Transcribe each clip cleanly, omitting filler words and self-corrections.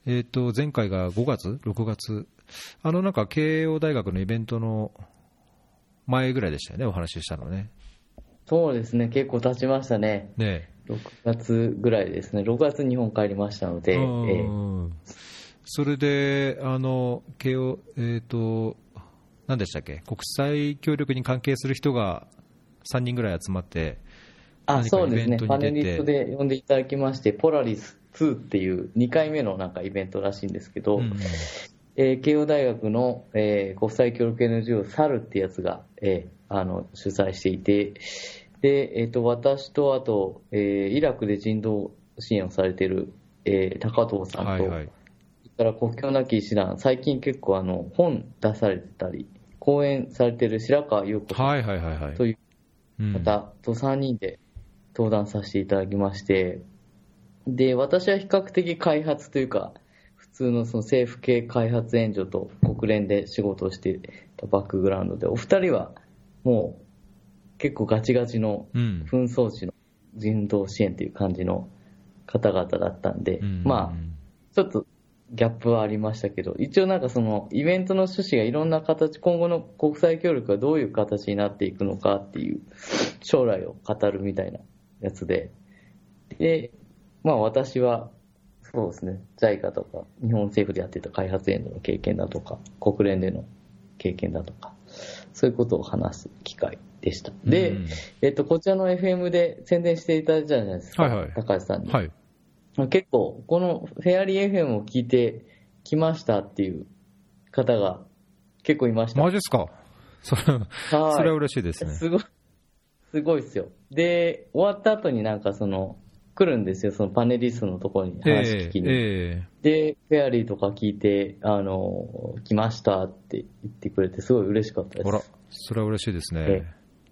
前回が5月、6月、なんか慶応大学のイベントの前ぐらいでしたよね、お話ししたのね。 そうですね、結構経ちましたね。 ね 6月ぐらいですね。6月に日本帰りましたので、 それで慶応、何でしたっけ、国際協力に関係する人が3人ぐらい集まって、 そうですね、パネリストで呼んでいただきまして、ポラリス2っていう2回目のなんかイベントらしいんですけど、慶応大学の、国際協力 NGO サルってやつが、主催していて、で、私とあと、イラクで人道支援をされている、高藤さんと、それから国境なき医師団、最近結構本出されてたり、講演されている白川優子さんという方と3人で登壇させていただきまして、で、私は比較的開発というか、普通のその政府系開発援助と国連で仕事をしていたバックグラウンドで、お二人はもう結構ガチガチの紛争地の人道支援という感じの方々だったんで、まあ、ちょっとギャップはありましたけど、一応なんかそのイベントの趣旨がいろんな形、今後の国際協力がどういう形になっていくのかっていう将来を語るみたいなやつで、で、まあ私はそうですね、JICA とか日本政府でやってた開発援助の経験だとか、国連での経験だとか、そういうことを話す機会でした。で、こちらの FM で宣伝していただいたじゃないですか、高橋さんに。結構、このフェアリー FM を聞いてきましたっていう方が結構いました。 マジですか。それは嬉しいですね。 すごいですよ。で、終わった後になんか来るんですよ、そのパネリストのところに話聞きに。で、フェアリーとか聞いて、来ましたって言ってくれて、すごい嬉しかったです。 ほら、それは嬉しいですね。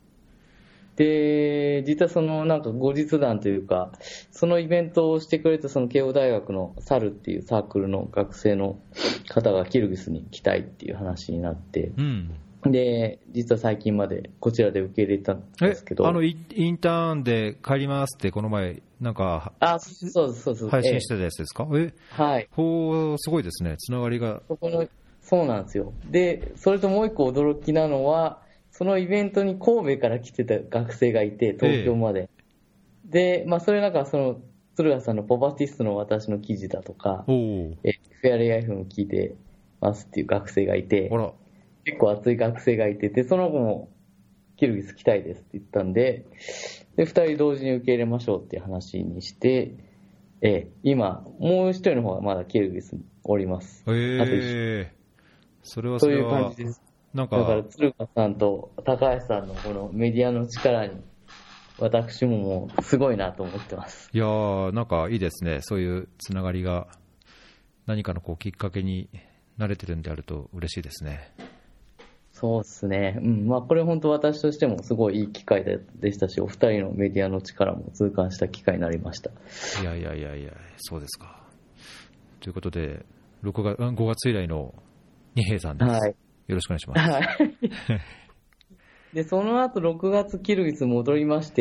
で、実はなんか後日談というか、そのイベントをしてくれたその慶応大学のサルっていうサークルの学生の方がキルギスに来たいっていう話になって、で、実は最近までこちらで受け入れたんですけど。 インターンで帰りますって、この前、なんか、 そう配信してたやつですか？ はい。 すごいですね、つながりが。 そうなんですよ。で、それともう一個驚きなのは、そのイベントに神戸から来てた学生がいて、東京まで。で、まあ、それなんか鶴ヶさんのポバティストの私の記事だとか、フェアリー iPhone を聞いてますっていう学生がいて、結構熱い学生がいて、で、その後もキルギス来たいですって言ったんで、で、二人同時に受け入れましょうっていう話にして、今、もう一人の方はまだキルギスにおります。 それはそういう感じです。だから鶴ヶさんと高橋さんのこのメディアの力に、私ももうすごいなと思ってます。 いやー、なんかいいですね、そういうつながりが何かのきっかけになれてるんであると嬉しいですね。 そうですね。まあこれ本当私としてもすごいいい機会でしたし、お二人のメディアの力も痛感した機会になりました。 いや、そうですか。ということで、5月以来の二平さんです。よろしくお願いします。 で、その後6月キルギス戻りまして、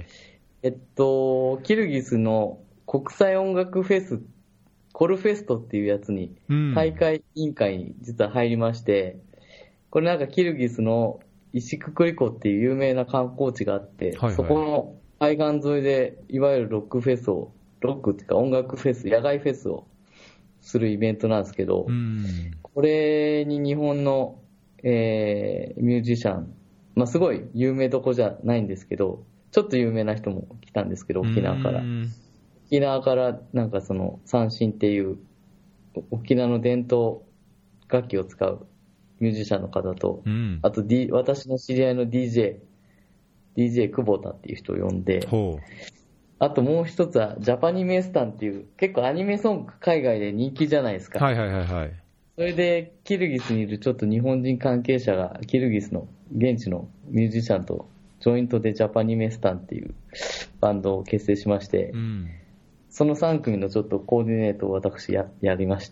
キルギスの国際音楽フェス、コルフェストっていうやつに、大会委員会に実は入りまして、これなんかキルギスのイシククリ湖っていう有名な観光地があって、そこの海岸沿いでいわゆるロックっていうか音楽フェス、野外フェスをするイベントなんですけど、これに日本の、ミュージシャン、まあすごい有名どこじゃないんですけど、ちょっと有名な人も来たんですけど、沖縄から。沖縄からなんか三線っていう沖縄の伝統楽器を使うミュージシャンの方と、あと、私の知り合いの DJ 久保田っていう人を呼んで、あともう一つはジャパニメスタンっていう結構アニメソング海外で人気じゃないですか。それでキルギスにいるちょっと日本人関係者がキルギスの現地のミュージシャンとジョイントでジャパニメスタンっていうバンドを結成しまして、その3組のちょっとコーディネートを私 やりまして、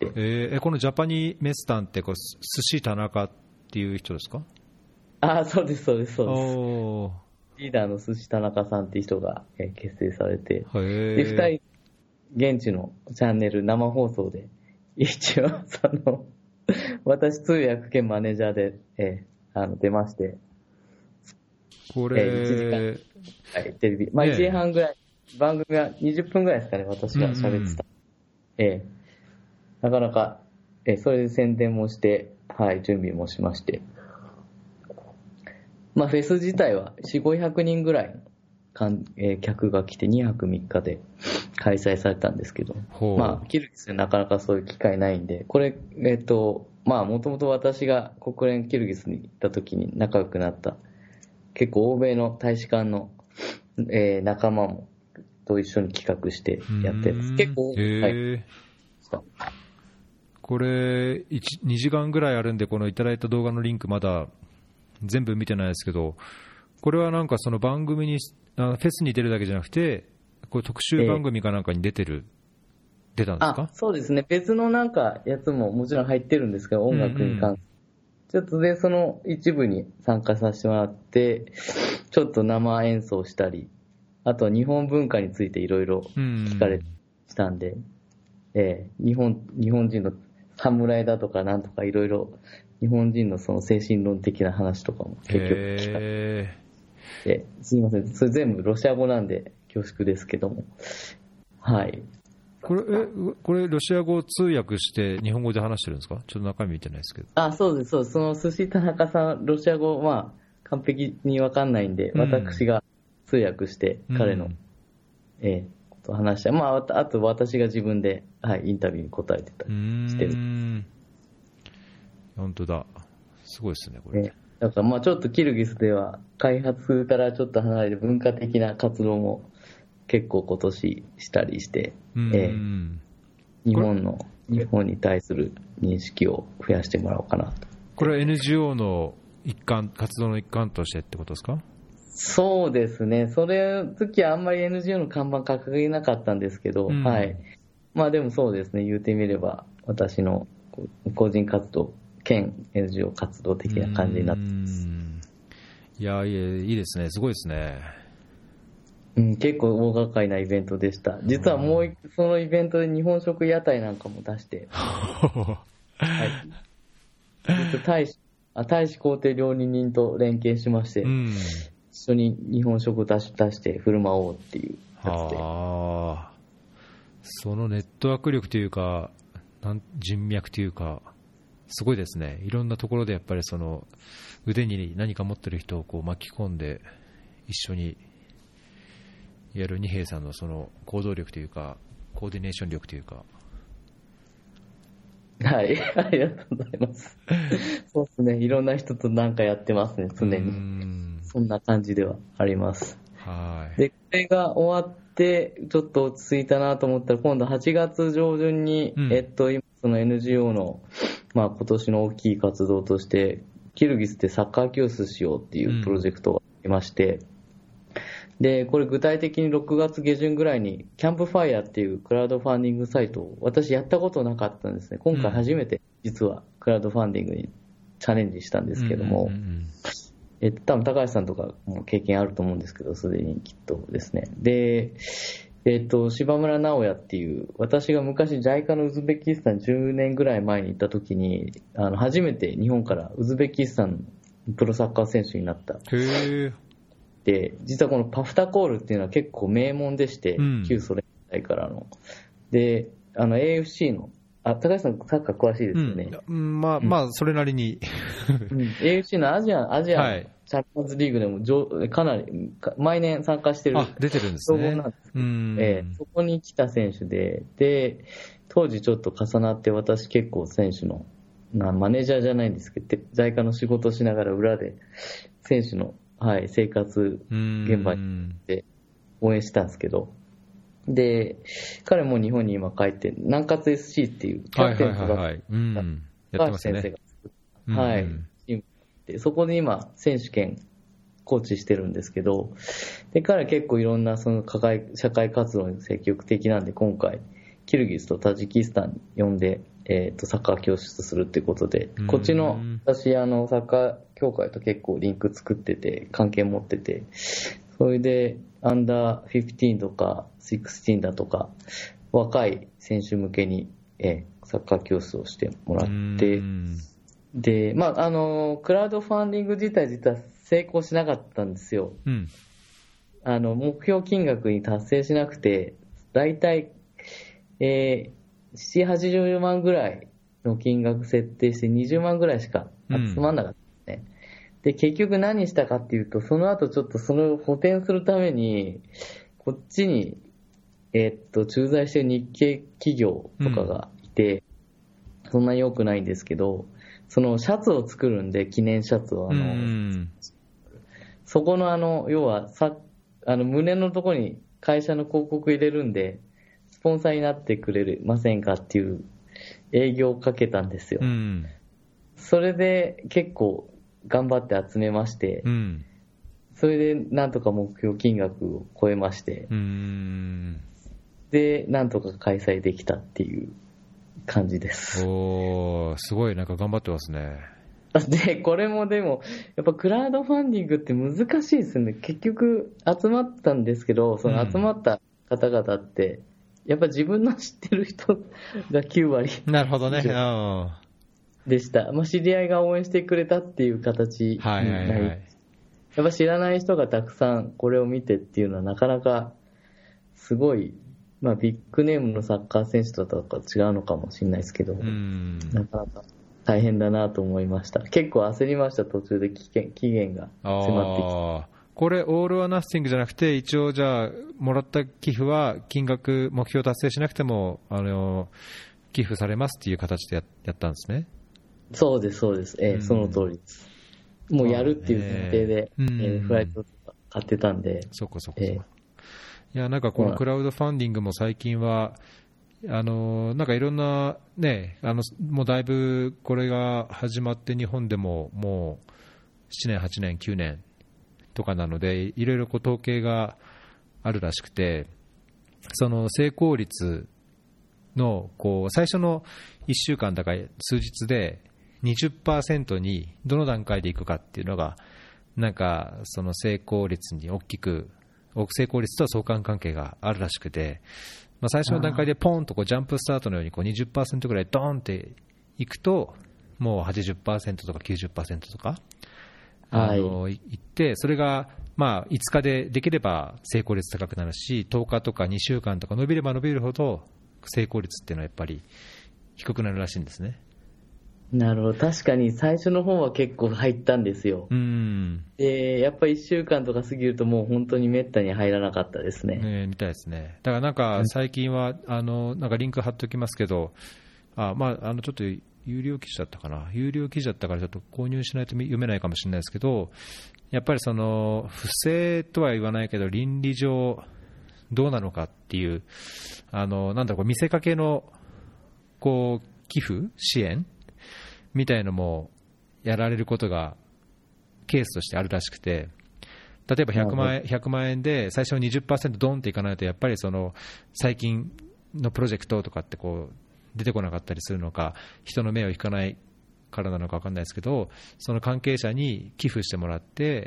このジャパニメスタンって寿司田中っていう人ですか？ そうです。リーダーの寿司田中さんっていう人が結成されて、で2人現地のチャンネル生放送で一応私通訳兼マネージャーで、出まして、 これ、 1時間、はい、テレビ、まあ1時半ぐらい、番組は20分ぐらいですかね、私が喋ってた。なかなか、それで宣伝もして、はい、準備もしまして。まあフェス自体は4、500人ぐらい客が来て2泊3日で開催されたんですけど、まあキルギスでなかなかそういう機会ないんで、これ、まあもともと私が国連キルギスに行った時に仲良くなった結構欧米の大使館の、仲間もと一緒に企画してやってます。結構、はい。 これ2時間ぐらいあるんで、このいただいた動画のリンクまだ全部見てないですけど、これはなんかその番組にフェスに出るだけじゃなくて、これ特集番組かなんかに出たんですか？ そうですね。別のなんかやつももちろん入ってるんですけど、音楽に関して。ちょっとで、その一部に参加させてもらって、ちょっと生演奏したり、あとは日本文化についていろいろ聞かれたんで、日本人の侍だとかなんとかいろいろ、日本人のその精神論的な話とかも結局聞かれて、すいません、それ全部ロシア語なんで恐縮ですけども、はい。 これロシア語を通訳して日本語で話してるんですか？ちょっと中身見てないですけど。 そうです、そうです。その寿司田中さん、ロシア語は完璧に分かんないんで、私が通訳して彼の、ことを話した。まあ、あと私が自分で、はい、インタビューに答えてたりしてる。 本当だ。すごいですね、これ。 だからまあちょっとキルギスでは開発からちょっと離れる文化的な活動も結構今年したりして、日本に対する認識を増やしてもらおうかなと。 これは NGO の活動の一環としてってことですか？ そうですね。それの時はあんまり NGO の看板掲げなかったんですけど、はい。まあでもそうですね。言うてみれば私の個人活動兼 NGO 活動的な感じになってます。 いいですね。すごいですね。 結構大掛かりなイベントでした。実はもうそのイベントで日本食屋台なんかも出して、はい、大使公邸料理人と連携しまして、一緒に日本食を出して振る舞おうっていうやつで。 そのネットワーク力というか人脈というかすごいですね。いろんなところでやっぱりその腕に何か持ってる人をこう巻き込んで一緒にやる二平さんのその行動力というかコーディネーション力というか。 はい、ありがとうございます。そうですね、いろんな人と何かやってますね、常に。そんな感じではあります。で、これが終わってちょっと落ち着いたなと思ったら、今度8月上旬に、今その NGO の、まあ、今年の大きい活動としてキルギスでサッカー教室しようっていうプロジェクトがありまして、でこれ具体的に6月下旬ぐらいにキャンプファイヤーっていうクラウドファンディングサイトを私やったことなかったんですね。今回初めて実はクラウドファンディングにチャレンジしたんですけども、多分高橋さんとかも経験あると思うんですけど、すでにきっとですね。で柴村直哉っていう私が昔 JICA のウズベキスタン10年ぐらい前に行った時に初めて日本からウズベキスタンのプロサッカー選手になった。で実はこのパフタコールっていうのは結構名門でして、旧ソ連時代からの。でAFC の高橋さんサッカー詳しいですよね。 まあそれなりに、 AFC のアジアチャンピオンズリーグでもかなり毎年参加してる出てるんですね。 なんです、そこに来た選手で当時ちょっと重なって私結構選手のマネージャーじゃないんですけど JICA の仕事をしながら裏で選手の生活現場に行って応援したんですけど、で彼も日本に今帰って南葛 SC っていうキャプテンとか高橋先生が作ったチームで、そこで今選手兼コーチしてるんですけど、で彼は結構いろんなその社会活動に積極的なんで、今回キルギスとタジキスタンに呼んで、サッカー教室するっていうことで、こっちの私サッカー協会と結構リンク作ってて関係持ってて、それでアンダー15とか16だとか若い選手向けにサッカー教室をしてもらって、で、まあ、クラウドファンディング自体実は成功しなかったんですよ。目標金額に達成しなくて、だいたい、7、80万ぐらいの金額設定して20万ぐらいしか集まんなかったですね。で、結局何したかっていうと、その後ちょっとそれを補填するために、こっちに、駐在してる日系企業とかがいて、そんなに良くないんですけど、そのシャツを作るんで、記念シャツを、そこの要は胸のところに会社の広告入れるんで、スポンサーになってくれませんかっていう営業をかけたんですよ。それで結構頑張って集めまして、それでなんとか目標金額を超えまして、で、なんとか開催できたっていう感じです。 おー、すごいなんか頑張ってますね。 で、これもでも、やっぱクラウドファンディングって難しいですね。結局集まったんですけど、その集まった方々って、やっぱ自分の知ってる人が9割。 なるほどね。 でした。まあ、知り合いが応援してくれたっていう形になり、やっぱ知らない人がたくさんこれを見てっていうのはなかなかすごい、まあ、ビッグネームのサッカー選手とか違うのかもしれないですけど、なかなか大変だなと思いました。結構焦りました。途中で期限が迫ってきて。 これオール・オア・ナッシングじゃなくて、一応じゃあもらった寄付は金額目標達成しなくても寄付されますっていう形で やったんですね。 そうですそうです、その通りです。もうやるっていう前提で、フライトとか買ってたんで。 そこ。いや、なんかこのクラウドファンディングも最近はなんかいろんなね、もうだいぶこれが始まって日本でももう7年8年9年とかなので、いろいろ統計があるらしくて、その成功率の最初の1週間だか数日で 20% にどの段階でいくかっていうのが、なんかその成功率に成功率と相関関係があるらしくて、まあ、最初の段階でポンとジャンプスタートのように20% ぐらいドーンっていくと、もう 80% とか 90% とかいって、それがまあ5日でできれば成功率高くなるし、10日とか2週間とか伸びれば伸びるほど成功率っていうのはやっぱり低くなるらしいんですね。 なるほど。確かに最初の方は結構入ったんですよ。やっぱり1週間とか過ぎるともう本当にめったに入らなかったですね。 みたいですね。だからなんか最近はなんかリンク貼っておきますけど、ちょっと有料記事だったかな、有料記事だったからちょっと購入しないと読めないかもしれないですけど、やっぱりその不正とは言わないけど倫理上どうなのかっていう、見せかけの寄付支援みたいのもやられることがケースとしてあるらしくて、例えば100万円で最初の 20% ドンっていかないと、やっぱりその最近のプロジェクトとかって出てこなかったりするのか、人の目を引かないからなのか分かんないですけど、その関係者に寄付してもらって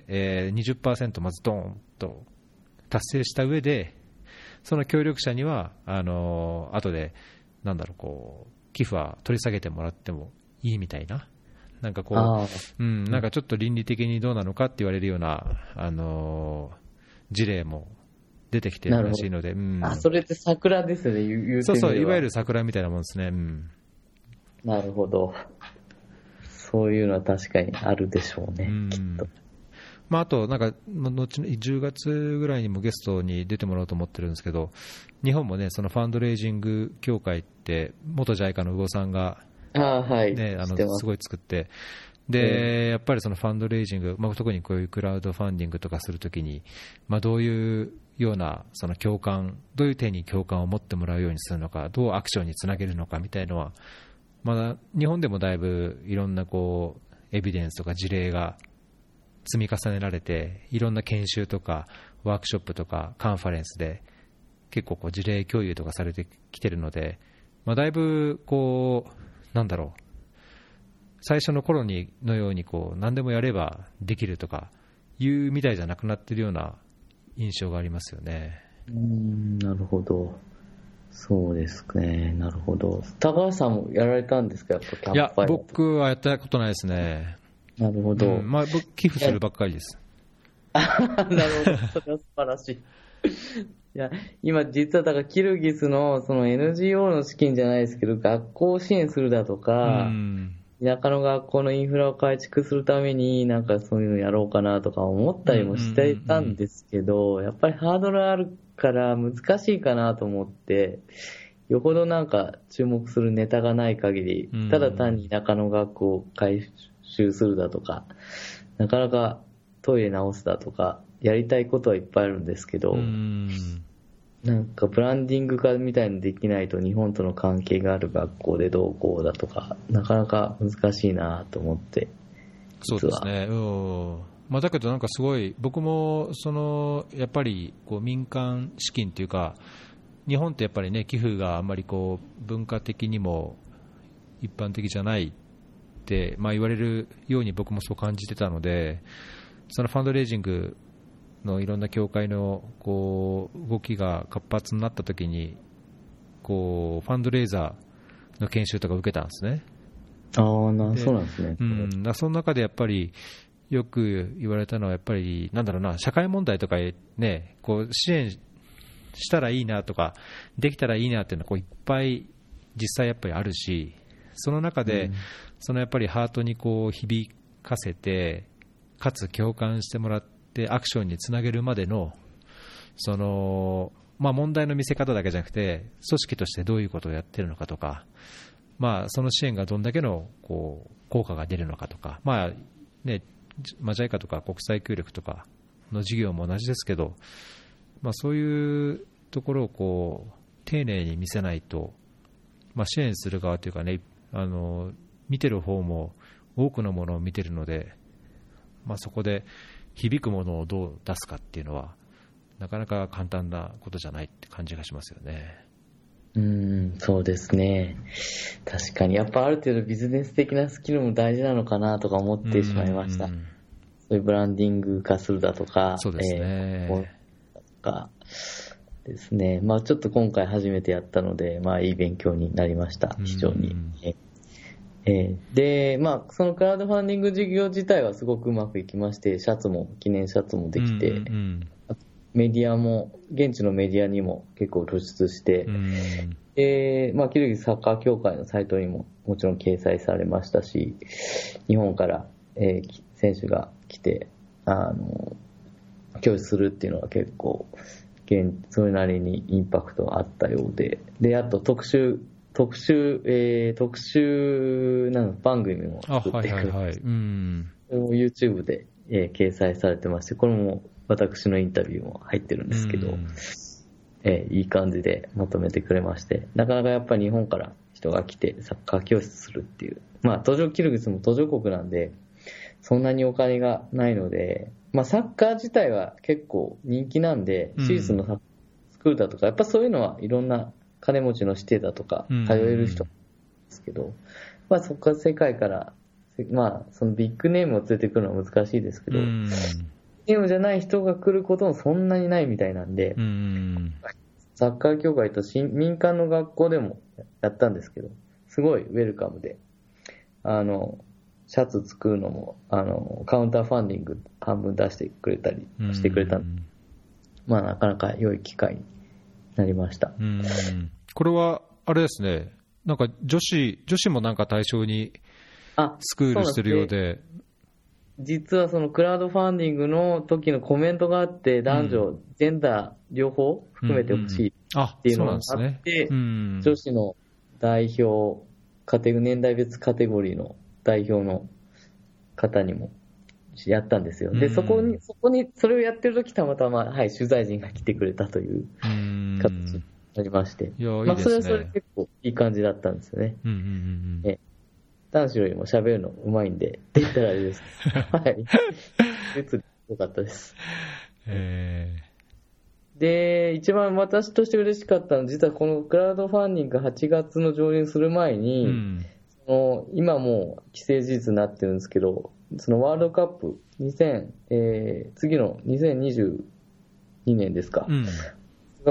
、20% まずドンと達成した上で、その協力者には後で寄付は取り下げてもらってもいいみたいな、なんかなんかちょっと倫理的にどうなのかって言われるような事例も出てきてるらしいので、 それって桜ですね、言うてみれば。 そう、いわゆる桜みたいなもんですね。 なるほど。そういうのは確かにあるでしょうね、きっと。 あとなんか後の10月ぐらいにもゲストに出てもらおうと思ってるんですけど、日本もね、そのファンドレイジング協会って元 JICA の魚さんがすごい作って、でやっぱりそのファンドレイジング、特にこういうクラウドファンディングとかするときに、どういうようなその共感、どういう点に共感を持ってもらうようにするのか、どうアクションにつなげるのかみたいのは、まだ日本でもだいぶいろんなエビデンスとか事例が積み重ねられて、いろんな研修とかワークショップとかカンファレンスで結構事例共有とかされてきてるので、だいぶ最初の頃のように何でもやればできるとかいうみたいじゃなくなっているような印象がありますよね。 なるほど。 そうですね、なるほど。高橋さんもやられたんですか、やっぱキャンプファイヤー。 いや、僕はやったことないですね。 なるほど。 まあ、僕、寄付するばっかりです。 なるほど、それは素晴らしい。いや、今実はだからキルギスのその NGO の資金じゃないですけど、学校を支援するだとか、田舎の学校のインフラを改築するためになんかそういうのやろうかなとか思ったりもしていたんですけど、やっぱりハードルあるから難しいかなと思って、よほどなんか注目するネタがない限り、ただ単に田舎の学校を改修するだとか、なかなかトイレ直すだとか、やりたいことはいっぱいあるんですけど、なんかブランディング化みたいにできないと日本との関係がある学校でどうこうだとか、なかなか難しいなと思って。 そうですね。まあ、だけどなんかすごい、僕もやっぱりこう民間資金というか、日本ってやっぱりね、寄付があんまりこう文化的にも一般的じゃないって、まあ、言われるように僕もそう感じてたので、そのファンドレイジングのいろんな協会のこう動きが活発になったときに、こうファンドレイザーの研修とか受けたんですね。 そうなんですね。 その中でやっぱりよく言われたのは、やっぱりなんだろうな、社会問題とかね、こう支援したらいいなとか、できたらいいなっていうのはこういっぱい実際やっぱりあるし、その中でそのやっぱりハートにこう響かせて、かつ共感してもらってアクションにつなげるまでのまあ、問題の見せ方だけじゃなくて、組織としてどういうことをやってるのかとか、まあ、その支援がどんだけのこう効果が出るのかとか、まあね、マジャイカとか国際協力とかの事業も同じですけど、まあ、そういうところをこう丁寧に見せないと、まあ、支援する側というかね、見てる方も多くのものを見てるので、まあ、そこで響くものをどう出すかっていうのはなかなか簡単なことじゃないって感じがしますよね。 そうですね。確かにやっぱある程度ビジネス的なスキルも大事なのかなとか思ってしまいました。そういうブランディング化するだとか、 そうですね。 とかですね。まあちょっと今回初めてやったので、まあいい勉強になりました。非常に。で、まあそのクラウドファンディング事業自体はすごくうまくいきまして、記念シャツもできて、メディアも、現地のメディアにも結構露出して、まあ、キルギスサッカー協会のサイトにももちろん掲載されましたし、日本から、選手が来て、教師するっていうのは結構、それなりにインパクトがあったようで、で、あと特集番組も作ってくれて、それも YouTube で、掲載されてまして、これも私のインタビューも入ってるんですけど、いい感じでまとめてくれまして、なかなかやっぱり日本から人が来てサッカー教室するっていう、まあキルギスも途上国なんで、そんなにお金がないので、まあサッカー自体は結構人気なんで、私立のスクールだとか、やっぱそういうのはいろんな金持ちの指定だとか、通える人ですけど、まあそこから世界から、まあそのビッグネームを連れてくるのは難しいですけど、ゲームじゃない人が来ることもそんなにないみたいなんで、サッカー協会と民間の学校でもやったんですけど、すごいウェルカムで、シャツ作るのも、カウンターファンディング半分出してくれたりしてくれたんで、まあなかなか良い機会になりました。 これは、あれですね、なんか女子もなんか対象にスクールしてるようで、 実はそのクラウドファンディングの時のコメントがあって、男女、ジェンダー両方含めてほしいっていうのがあって、女子の代表、年代別カテゴリーの代表の方にもやったんですよ。で、そこに、それをやってる時たまたま、はい、取材陣が来てくれたという形になりまして。まあ、それはそれで結構いい感じだったんですよね。男子よりも喋るのうまいんで、って言ったらあれです。はい。よかったです。で、一番私として嬉しかったのは、実はこのクラウドファンディングが8月の上旬する前に、今もう既成事実になってるんですけど、そのワールドカップ次の2022年ですか、が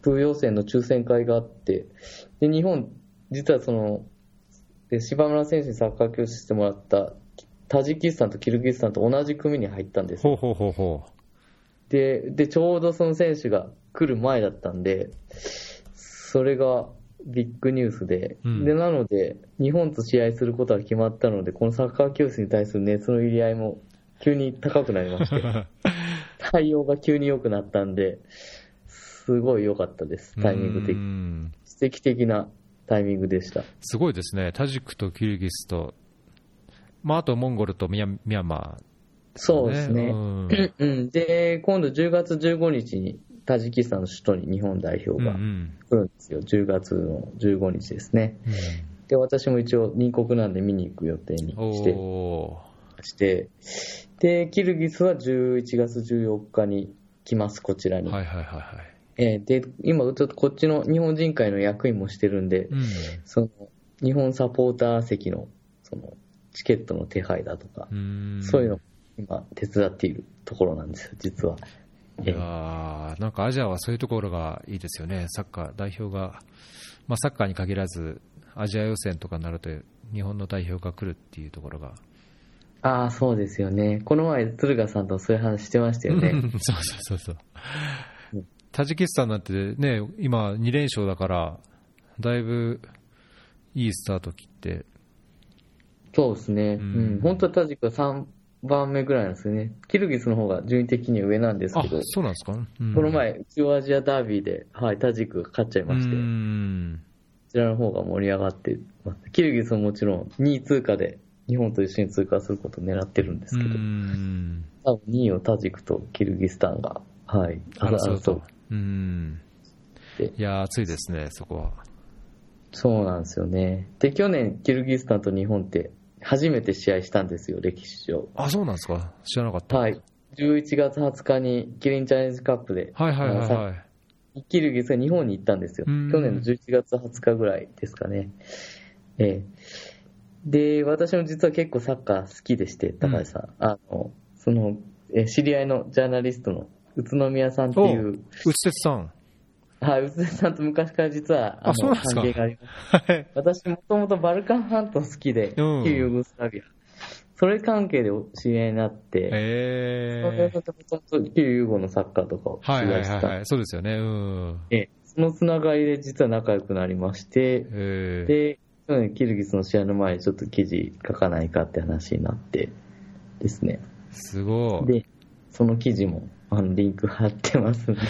プ予選の抽選会があって、で日本、実はその柴村選手にサッカー教師してもらったタジキスタンとキルギスタンと同じ組に入ったんです。 ほうほうほうほう。 でちょうどその選手が来る前だったんで、それがビッグニュースで、でなので日本と試合することが決まったので、このサッカー教室に対する熱の入り合いも急に高くなりまして対応が急に良くなったんで、すごい良かったです。タイミング的、奇跡的なタイミングでした。 すごいですね。タジクとキルギスと、あとモンゴルとミャンマー、 そうですね、で今度10月15日にタジキスタンの首都に日本代表が来るんですよ。10月の15日ですね、で私も一応入国なんで見に行く予定にして、でキルギスは11月14日に来ます、こちらに。で今ちょっとこっちの日本人会の役員もしてるんで、その日本サポーター席のそのチケットの手配だとか、そういうのを今手伝っているところなんですよ、実は。 いやなんかアジアはそういうところがいいですよね。サッカー代表が、サッカーに限らずアジア予選とかになると日本の代表が来るっていうところが。 そうですよね。この前敦賀さんとそういう話してましたよねそうタジキスタンなんてね、今2連勝だからだいぶいいスタート切って。 そうですね、本当はタジクは3番目ぐらいなんですよね。キルギスの方が順位的に上なんですけど。 そうなんですか、 この前中央アジアダービーで、タジクが勝っちゃいまして、こちらの方が盛り上がってます。キルギスももちろん2位通過で日本と一緒に通過することを狙ってるんですけど、多分2位をタジクとキルギスタンが争うと。 いや暑いですね、そこは。 そうなんですよね。で去年キルギスタンと日本って初めて試合したんですよ、歴史上。 そうなんですか、知らなかった。 11月20日にキリンチャレンジカップで、キルギスが日本に行ったんですよ。去年の11月20日ぐらいですかね。で私も実は結構サッカー好きでして、高橋さん、その知り合いのジャーナリストの宇都宮さんっていう、 宇津鉄さん、 宇津鉄さんと昔から実は関係があります。私もともとバルカン半島好きで、旧ユーゴスラビア、それ関係で知り合いになって、旧ユーゴのサッカーとかを取材してた。 そうですよね。 そのつながりで実は仲良くなりまして、でキルギスの試合の前にちょっと記事書かないかって話になってですね。 すごい。 でその記事もリンク貼ってますんで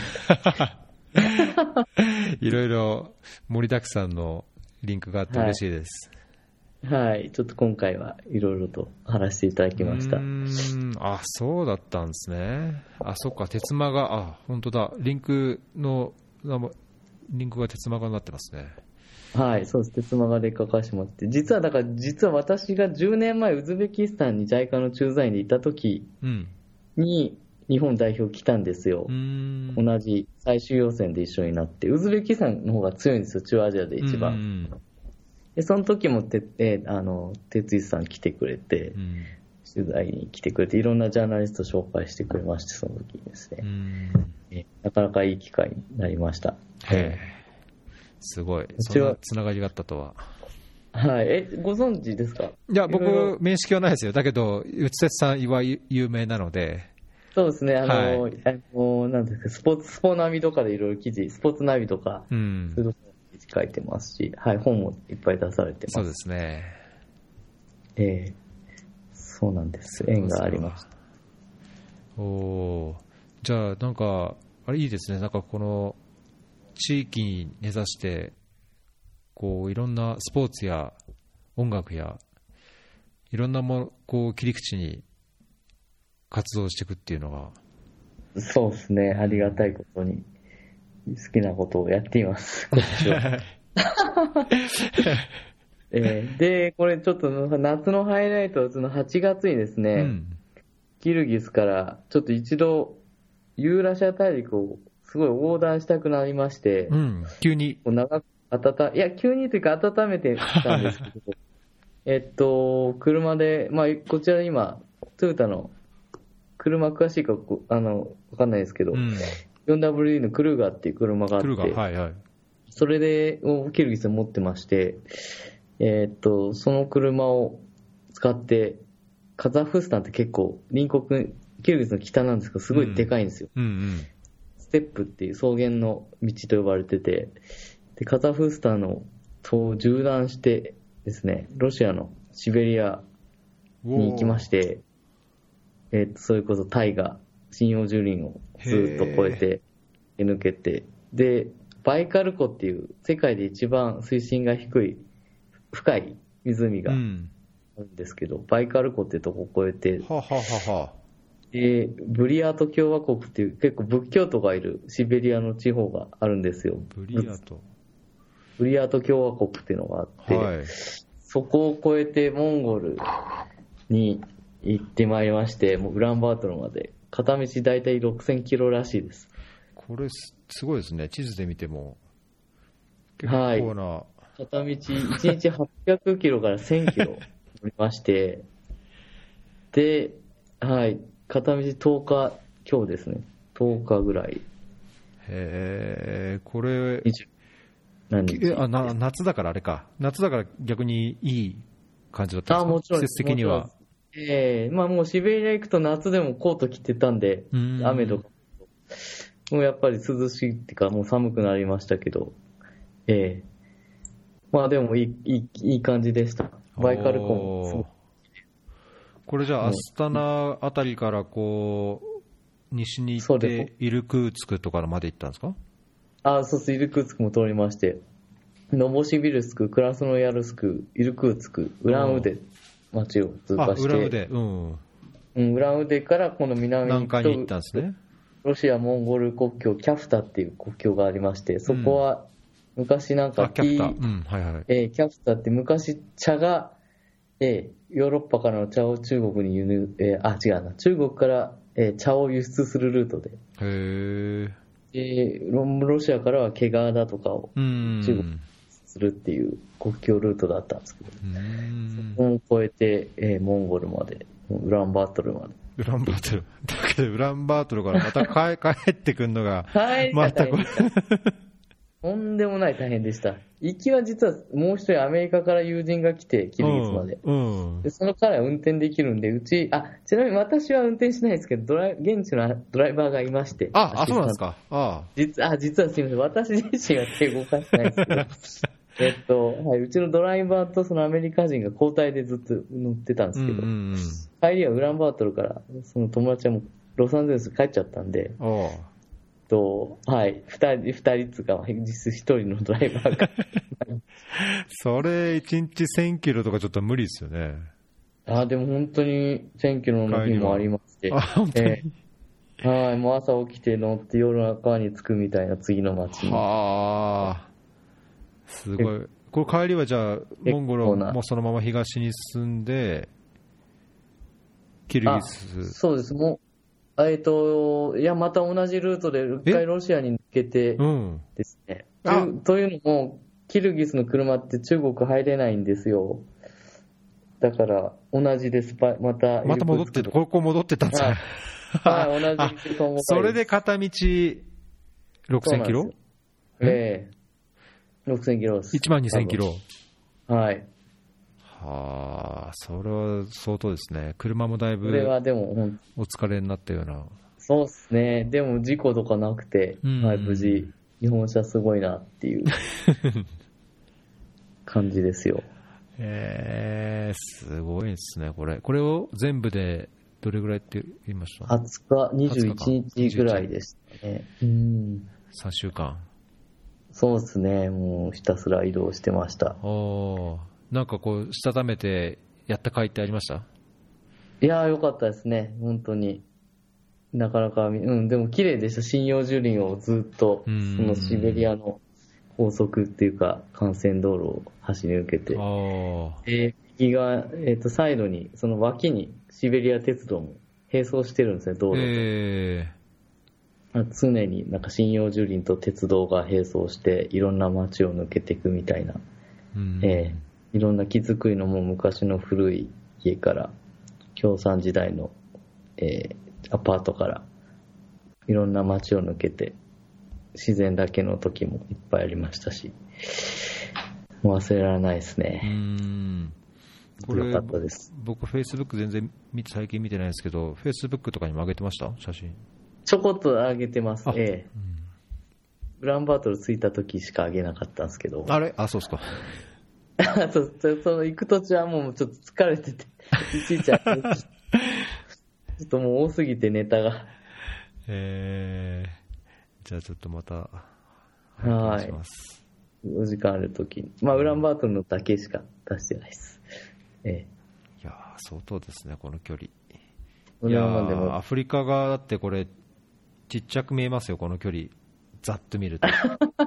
いろいろ盛りだくさんのリンクがあって嬉しいです。 ちょっと今回はいろいろと貼らせていただきました。 そうだったんですね。そっか、鉄馬が、本当だ、リンクが鉄馬がになってますね。 そうです。鉄馬がで書かせてもらって、実は私が10年前ウズベキスタンに JICA の駐在員でいた時に、日本代表来たんですよ。同じ最終予選で一緒になって、ウズベキスタンの方が強いんですよ、中央アジアで一番。でその時も鉄井さん来てくれて、取材に来てくれて、いろんなジャーナリスト紹介してくれまして、その時にですね、なかなかいい機会になりました。 すごい、そんなつながりがあったとは。 ご存知ですか？ いや、僕面識はないですよ。だけど内瀬さんは有名なので。 そうですね、なんですか、スポナビとかでいろいろ記事、スポーツナビとか、そういうところに記事書いてますし、本もいっぱい出されてます。 そうですね。 そうなんです。縁がありました。 じゃあなんかあれいいですね。なんかこの地域に根ざしていろんなスポーツや音楽やいろんな切り口に活動していくっていうのが。 そうですね、ありがたいことに好きなことをやっていますこっちはでこれちょっと夏のハイライトはその8月にですね、キルギスからちょっと一度ユーラシア大陸をすごい横断したくなりまして、 急に急にというか温めてたんですけど車で、こちら今トヨタの車詳しいか分かんないですけど、 4WD のクルーガーっていう車があって、 はいはい、 それでキルギスで持ってまして、その車を使ってカザフスタンって結構隣国キルギスの北なんですけどすごいでかいんですよ、 うんうんうん、 ステップっていう草原の道と呼ばれてて、でカザフスタンのを縦断してですね、ロシアのシベリアに行きまして、それこそタイガ、針葉樹林をずっと越えて抜けて、でバイカル湖っていう世界で一番水深が低い深い湖があるんですけど、バイカル湖っていうとこを越えて、でブリヤート共和国っていう結構仏教徒がいるシベリアの地方があるんですよ。 ブリヤート共和国っていうのがあって、 はい、 そこを越えてモンゴルに行ってまいりまして、もうウランバートルまで片道だいたい6000キロらしいです。 これすごいですね、地図で見ても結構な、はい、 片道1日800キロから1000キロ乗りましてで、はい、片道10日今日ですね、10日ぐらい。 これ夏だからあれか、夏だから逆にいい感じだったんですか？ もちろん季節的には。 まあもうシベリア行くと夏でもコート着てたんで、雨とかもうやっぱり涼しいっていうかもう寒くなりましたけど、まあでもいい感じでした。バイカル湖もすごい。 これじゃあアスタナあたりからこう西に行ってイルクーツクとかまで行ったんですか？ そうです。イルクーツクも通りまして、ノボシビルスク、クラスノヤルスク、イルクーツク、ウランウデ町を通過して、 ウランウデ、 ウランウデからこの南に行ったんですね。 ロシア・モンゴル国境、キャフタっていう国境がありまして、そこは昔なんかキャフタ、 キャフタって昔茶が、ヨーロッパからの茶を中国に輸入、違うな、中国から、茶を輸出するルートで、ロシアからは毛皮だとかを中国にするっていう国境ルートだったんですけど、そこを越えて、モンゴルまで、ウランバートルまで。 ウランバートル。だけど、ウランバートルからまた帰ってくるのが、またこれ。 とんでもない大変でした。行きは実はもう一人アメリカから友人が来て、キルギスまで。でその彼は運転できるんで、ちなみに私は運転しないですけど、現地のドライバーがいまして。 そうなんですか。 実はすみません。私自身は手動かしてないですけど。はい、うちのドライバーとそのアメリカ人が交代でずっと乗ってたんですけど、帰りはウランバートルから、その友達はもうロサンゼルス帰っちゃったんで、はい、2人つか、実質1人のドライバーが。 それ、1日1000キロとかちょっと無理ですよね。 でも本当に1000キロの日もありまして。 本当にはい、もう朝起きて乗って夜中に着くみたいな次の街に。 すごい。これ帰りはじゃあ、モンゴルもそのまま東に進んで、キルギス。 そうです。もういや、また同じルートで、一回ロシアに抜けてですね。というのも、キルギスの車って中国入れないんですよ。だから、同じです。また戻って、ここ戻ってたんですか？ はい、同じと思う。 それで片道6000キロ 6000キロです。 12000キロ。 はい。 それは相当ですね。車もだいぶお疲れになったような。 そうですね。でも事故とかなくて、はい、無事、日本車すごいなっていう感じですよ。 すごいですね、これ。これを全部でどれぐらいって言いました？ 20日、21日ぐらいでしたね。3 週間。 そうですね。もうひたすら移動してました。 なんかこう、したためてやった回ってありました？ いやー、よかったですね。本当に。なかなか、でも綺麗でした。針葉樹林をずっと、そのシベリアの高速っていうか、幹線道路を走り抜けて。右側、サイドに、その脇にシベリア鉄道も並走してるんですね、道路と。常になんか針葉樹林と鉄道が並走して、いろんな街を抜けていくみたいな。いろんな木造りのもう昔の古い家から、共産時代の、アパートから、 いろんな街を抜けて自然だけの時もいっぱいありましたし、もう忘れられないですね。 これよかったです。 僕フェイスブック全然最近見てないんですけど、フェイスブックとかにも上げてました？写真ちょこっと上げてます。ウランバートル着いた時しか上げなかったんですけど。 あれ？そうっすか。 その行く途中はもうちょっと疲れてて、いちいちちょっともう多すぎてネタが。 じゃあちょっとまたはい。お時間ある時に。ウランバートルのだけしか出してないです。 いや相当ですね、この距離。 いやアフリカがだってこれちっちゃく見えますよ、この距離ざっと見ると。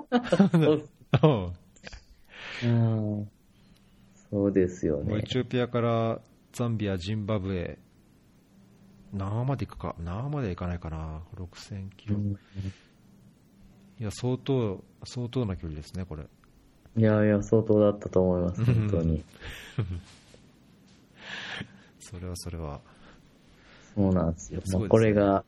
そうですよね。 エチオピアからザンビア、ジンバブエ、何まで行くか、何まで行かないかな、6000キロ。いや相当な距離ですね、これ。 いや相当だったと思います、本当に。 それはそうなんですよ。これが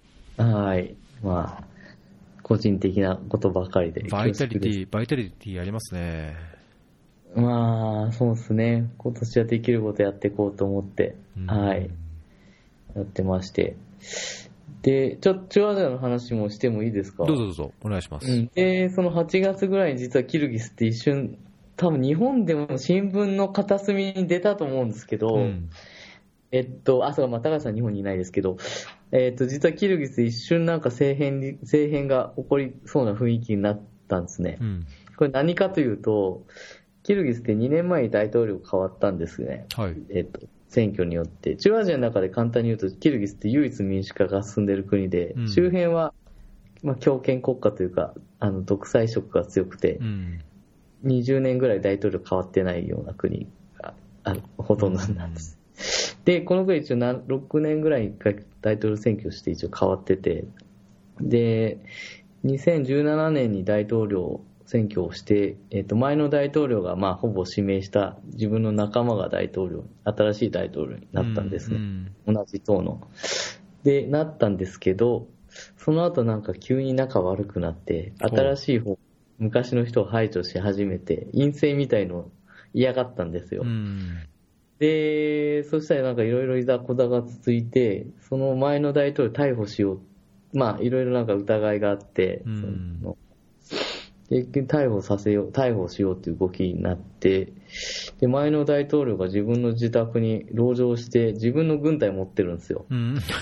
個人的なことばかりでバイタリティありますね。 そうですね。今年はできることやっていこうと思って、やってまして。で、中アジアの話もしてもいいですか？ どうぞお願いします。 で、その8月ぐらいに実はキルギスって一瞬、多分日本でも新聞の片隅に出たと思うんですけど、そうか、高橋さん日本にいないですけど、実はキルギス一瞬なんか政変が起こりそうな雰囲気になったんですね。これ何かというと、キルギスって2年前に大統領変わったんですね。選挙によって。中アジアの中で簡単に言うと、キルギスって唯一民主化が進んでいる国で、周辺は、強権国家というか、独裁色が強くて、20年ぐらい大統領変わってないような国がほとんどなんです。で、この国一応6年ぐらいに1回大統領選挙して一応変わってて、で、2017年に大統領選挙をして、前の大統領がほぼ指名した自分の仲間が新しい大統領になったんですね。同じ党の。で、なったんですけど、その後なんか急に仲悪くなって、新しい昔の人を排除し始めて、陰性みたいのを嫌がったんですよ。で、そしたらなんかいろいろいざこざが続いて、その前の大統領逮捕しよう。いろいろなんか疑いがあって、逮捕しようという動きになって、で、前の大統領が自分の自宅に籠城して、自分の軍隊持ってるんですよ。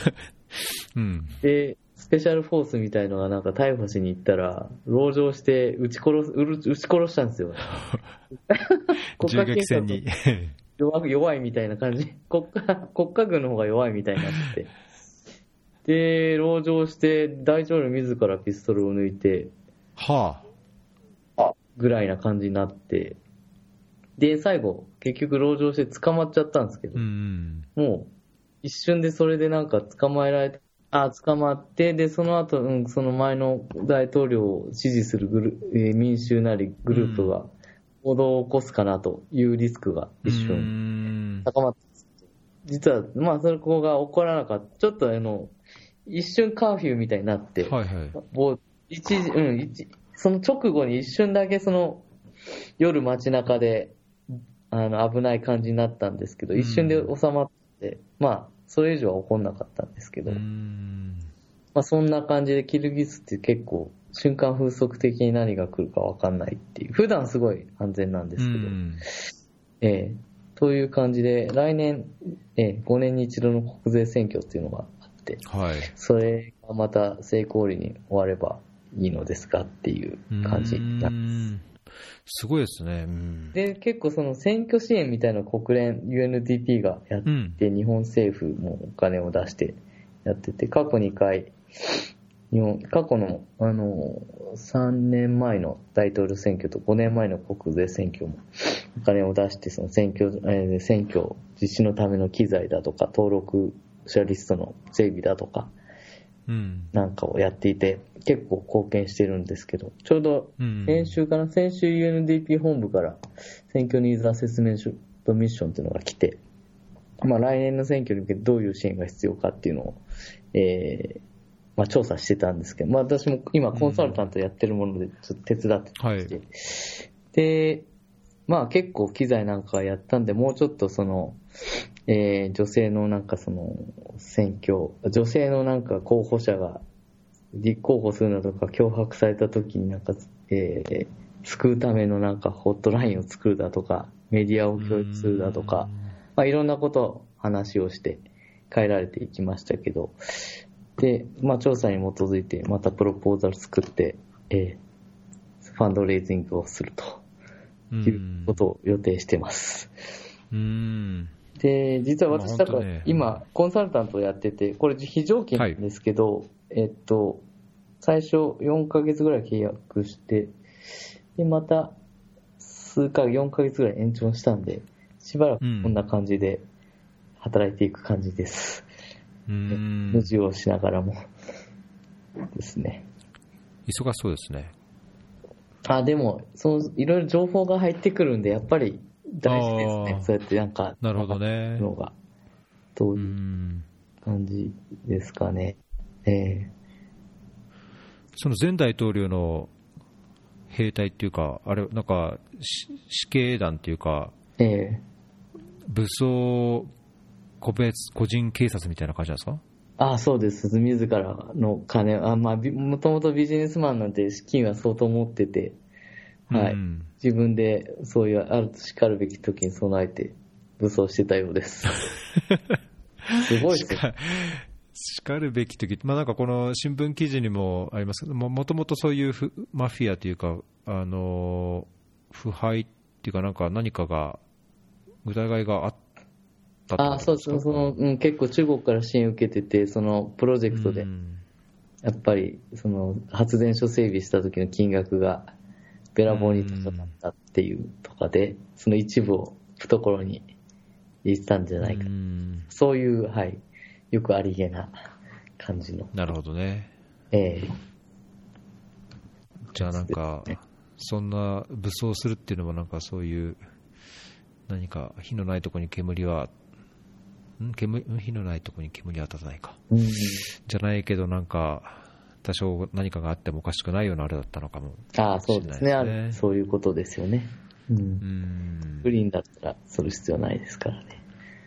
で、スペシャルフォースみたいのがなんか逮捕しに行ったら、籠城して撃ち殺したんですよ。 銃撃戦に弱いみたいな感じ。国家軍の方が弱いみたいになってて。で、籠城して、大統領自らピストルを抜いて、ぐらいな感じになって、で、最後、結局籠城して捕まっちゃったんですけど、もう、一瞬でそれでなんか捕まって、で、その後、その前の大統領を支持する民衆なりグループが行動を起こすかなというリスクが一瞬高まったんですけど、実は、そこが起こらなかった。ちょっと一瞬カーフューみたいになって、その直後に一瞬だけ夜街中で、危ない感じになったんですけど、一瞬で収まって、それ以上は起こんなかったんですけど、そんな感じでキルギスって結構、瞬間風速的に何が来るか分かんないっていう、普段すごい安全なんですけど、という感じで、来年、5年に一度の国税選挙っていうのがあって、それがまた成功裏に終わればいいのですかっていう感じになります。 すごいですね。 で、結構その選挙支援みたいなのを国連 UNDP がやって、日本政府もお金を出してやってて、過去2回、過去の、3年前の大統領選挙と5年前の国税選挙もお金を出して、その選挙実施のための機材だとか、登録者リストの整備だとか、なんかをやっていて、結構貢献してるんですけど、ちょうど先週 UNDP 本部から選挙ニーズアセスメントミッションっていうのが来て、来年の選挙に向けてどういう支援が必要かっていうのを、 調査してたんですけど、私も今コンサルタントやってるものでちょっと手伝ってまして、で、結構機材なんかやったんで、もうちょっと女性のなんか選挙、女性のなんか候補者が立候補するのとか脅迫された時になんか、救うためのなんかホットラインを作るだとか、メディアを教育するだとか、いろんなことを話をして変えられていきましたけど、で、調査に基づいてまたプロポーザル作って、ファンドレイジングをするということを予定してます。で、実は私だから今コンサルタントをやってて、これ非常勤なんですけど、最初4ヶ月ぐらい契約して、で、また4ヶ月ぐらい延長したんで、しばらくこんな感じで働いていく感じです。無事をしながらもですね。 忙しそうですね。 でもいろいろ情報が入ってくるんで、やっぱり大事ですね。そうやってなんか、 なるほどね。 のがどういう感じですかね。 その前大統領の兵隊っていうか、あれなんか死刑団っていうか、武装個人警察みたいな感じなんですか？ そうです。自らの金、もともとビジネスマンなんて資金は相当持ってて、はい、自分でそういうあるとしかるべき時に備えて武装してたようです。すごいですね。 しかるべき時、なんかこの新聞記事にもありますけどもともとそういうマフィアというか、腐敗っていうか、何かが疑いがあったってことですか？ そうです。結構中国から支援を受けてて、そのプロジェクトでやっぱりその発電所整備した時の金額がべらぼうに高かったっていうとかで、その一部を懐に入れてたんじゃないか、そういう、はい、よくありげな感じの。 なるほどね。じゃあなんか、そんな武装するっていうのもなんかそういう何か火のないところに煙は火のないところに煙は立たないか、じゃないけど、なんか多少何かがあってもおかしくないようなあれだったのかもしれないですね。 そうですね。そういうことですよね。グリーンだったらそれ必要ないですからね。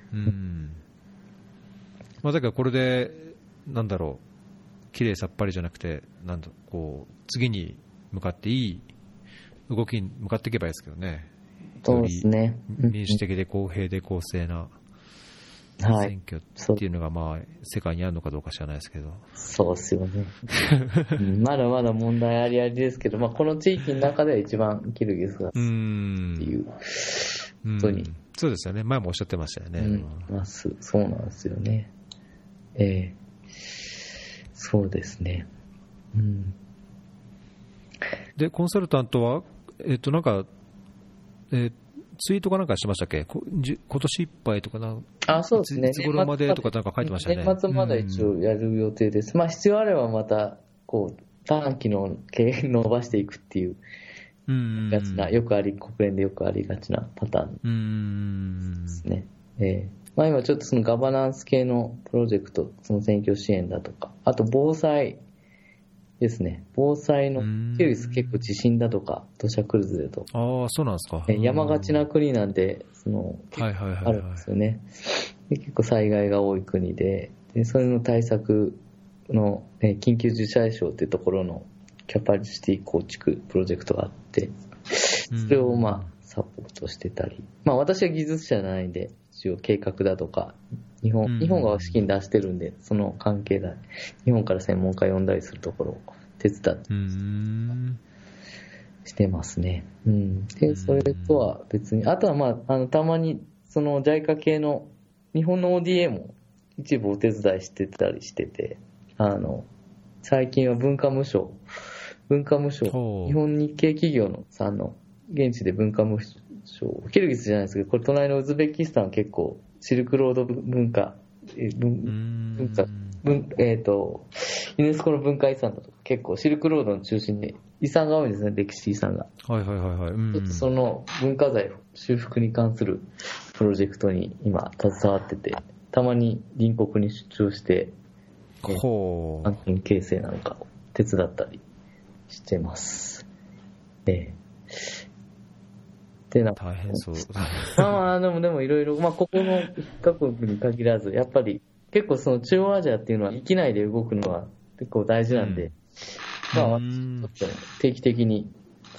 だけどこれで綺麗さっぱりじゃなくて、次に向かっていい動きに向かっていけばいいですけどね。 そうですね。 民主的で公平で公正な選挙っていうのが世界にあるのかどうか知らないですけど。 そうですよね。まだまだ問題ありありですけど、この地域の中では一番キルギスがっていうことに。 そうですよね。前もおっしゃってましたよね。 そうなんですよね。そうですね。 で、コンサルタントは、なんか、ツイートかなんかしてましたっけ？今年いっぱいとかそうですね。 いつ頃までとかなんか書いてましたね。 年末まだ一応やる予定です。必要あればまた、短期の経営伸ばしていくっていう、国連でよくありがちなパターンですね。今ちょっとそのガバナンス系のプロジェクト、その選挙支援だとか、あと防災ですね。防災のキルギス結構地震だとか土砂崩れとか。 そうなんですか。 山がちな国なんで、あるんですよね。結構災害が多い国で、それの対策の、緊急事態省っていうところのキャパシティ構築プロジェクトがあって、それをサポートしてたり、私は技術者じゃないんで、一応計画だとか、日本が資金出してるんで、その関係だ、日本から専門家呼んだりするところを手伝ってしてますね。で、それとは別に、あとはたまに、その JICA 系の日本の ODA も一部お手伝いしてたりしてて、最近は文化務省、日本日系企業の現地で文化務省、キルギスじゃないですけど、これ隣のウズベキスタンは結構シルクロード文化、ユネスコの文化遺産だとか結構シルクロードの中心に遺産が多いんですね、歴史遺産が。ちょっとその文化財修復に関するプロジェクトに今携わってて、たまに隣国に出張して案件形成なんかを手伝ったりしてます。で大変そう。 でもいろいろ、ここの各国に限らず、やっぱり結構その中央アジアっていうのは域内で動くのは結構大事なんで、定期的に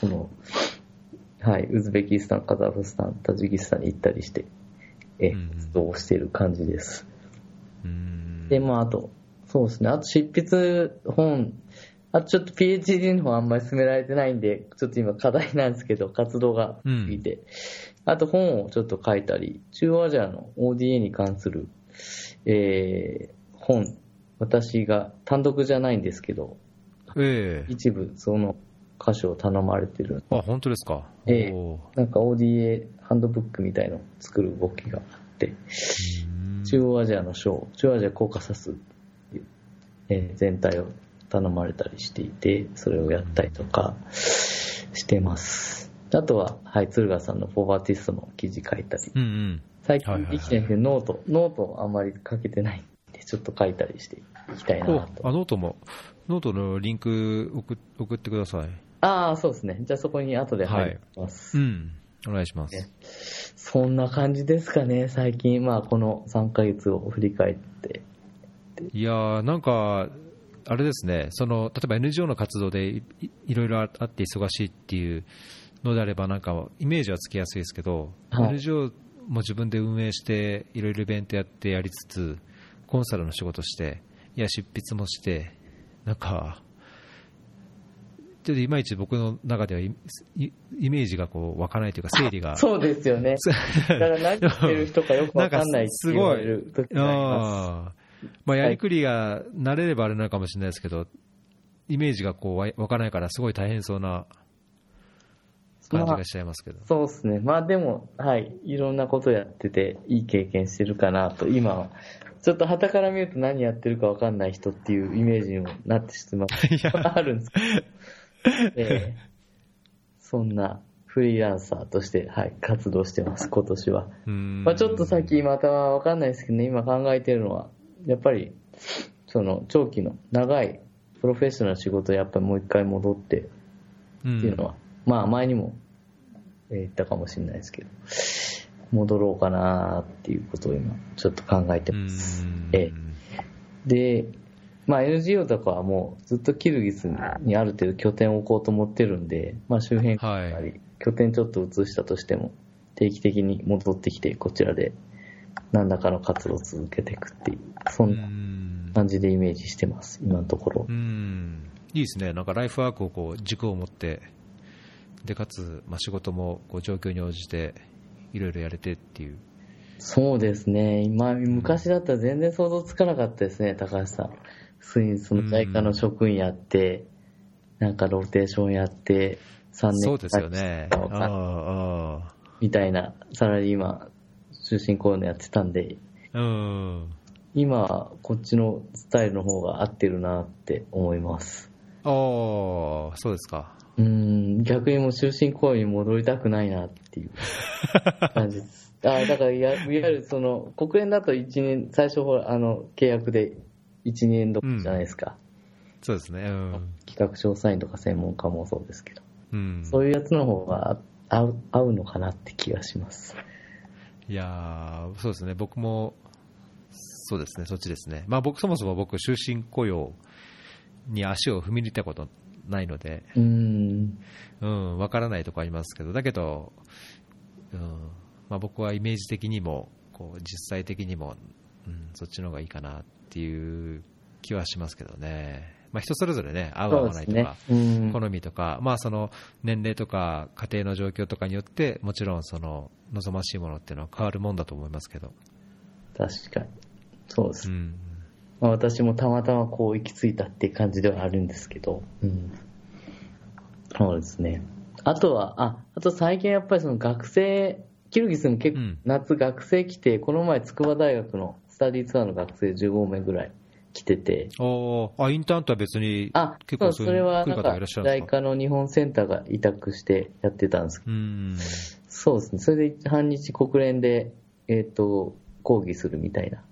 ウズベキスタン、カザフスタン、タジキスタンに行ったりして、活動をしている感じです。で、あと、そうですね、あと執筆本、ちょっと PhD の方あんまり進められてないんで、ちょっと今課題なんですけど、活動が過ぎて、あと本をちょっと書いたり、中央アジアの ODA に関する、本、私が単独じゃないんですけど、一部その箇所を頼まれてる。 本当ですか。 なんか ODA ハンドブックみたいのを作る動きがあって、中央アジアの章、中央アジアコーカサス、全体を頼まれたりしていて、それをやったりとかしてます。あとは、敦賀さんのポバティストの記事書いたり、最近できてないけどノートあんまり書けてないんで、ちょっと書いたりしていきたいなと。 ノートのリンク送ってください。 そうですね。じゃあそこに後で入ります。 お願いします。 そんな感じですかね、最近。この3ヶ月を振り返って。 いやー、なんか、あれですね、例えば NGO の活動でいろいろあって忙しいっていうのであれば、なんかイメージはつきやすいですけど、NGO も自分で運営して、いろいろイベントやりつつ、コンサルの仕事して、執筆もして、なんか、ちょっといまいち僕の中ではイメージが湧かないというか、整理が。 そうですよね。だから何言ってる人かよくわかんないって言われる時があります。 やりくりが慣れればあれなのかもしれないですけど、イメージがわからないから、すごい大変そうな感じがしちゃいますけど。 そうですね。でも、いろんなことやってて、いい経験してるかなと、今は。ちょっと傍から見ると何やってるかわかんない人っていうイメージにもなってしまうあるんですけど。そんなフリーランサーとして、活動してます、今年は。ちょっと先または分かんないですけどね、今考えてるのは、やっぱり、長期の長いプロフェッショナルな仕事やっぱりもう一回戻ってっていうのは、前にも言ったかもしれないですけど、戻ろうかなっていうことを今ちょっと考えてます。で、NGO とかはもうずっとキルギスにある程度拠点を置こうと思ってるんで、周辺から拠点ちょっと移したとしても定期的に戻ってきてこちらで何らかの活動を続けていくっていう、そんな感じでイメージしてます今のところ。 いいですね。なんかライフワークを軸を持ってで、かつ、仕事も状況に応じていろいろやれてっていう。 そうですね。昔だったら全然想像つかなかったですね、高橋さん。普通にそのJICAの職員やって、なんかローテーションやって、3年そうですよね。 みたいなサラリーマン、終身雇用のやってたんで、今はこっちのスタイルの方が合ってるなって思います。 そうですか。 逆にもう終身雇用に戻りたくないなっていう感じです。だからいわゆる国連だと1年、最初契約で1年度じゃないですか。 そうですね。 企画調査員とか専門家もそうですけど、そういうやつの方が合うのかなって気がします。 いやー、そうですね。僕もそうですね、そっちですね。そもそも僕終身雇用に足を踏み入れたことないので、わからないところありますけど、だけど、僕はイメージ的にも実際的にも、そっちの方がいいかなっていう気はしますけどね。人それぞれね、合う合わないとか、好みとか、その年齢とか家庭の状況とかによってもちろん望ましいものっていうのは変わるもんだと思いますけど。 確かにそうです。私もたまたま行き着いたっていう感じではあるんですけど、そうですね。あと最近やっぱり学生、キルギスも結構夏学生来て、この前筑波大学のスタディツアーの学生15名ぐらい来てて。 インターンとは別に結構そういう来る方がいらっしゃるんですか？ JICAの日本センターが委託してやってたんですけど、そうですね。それで半日国連で講義するみたいな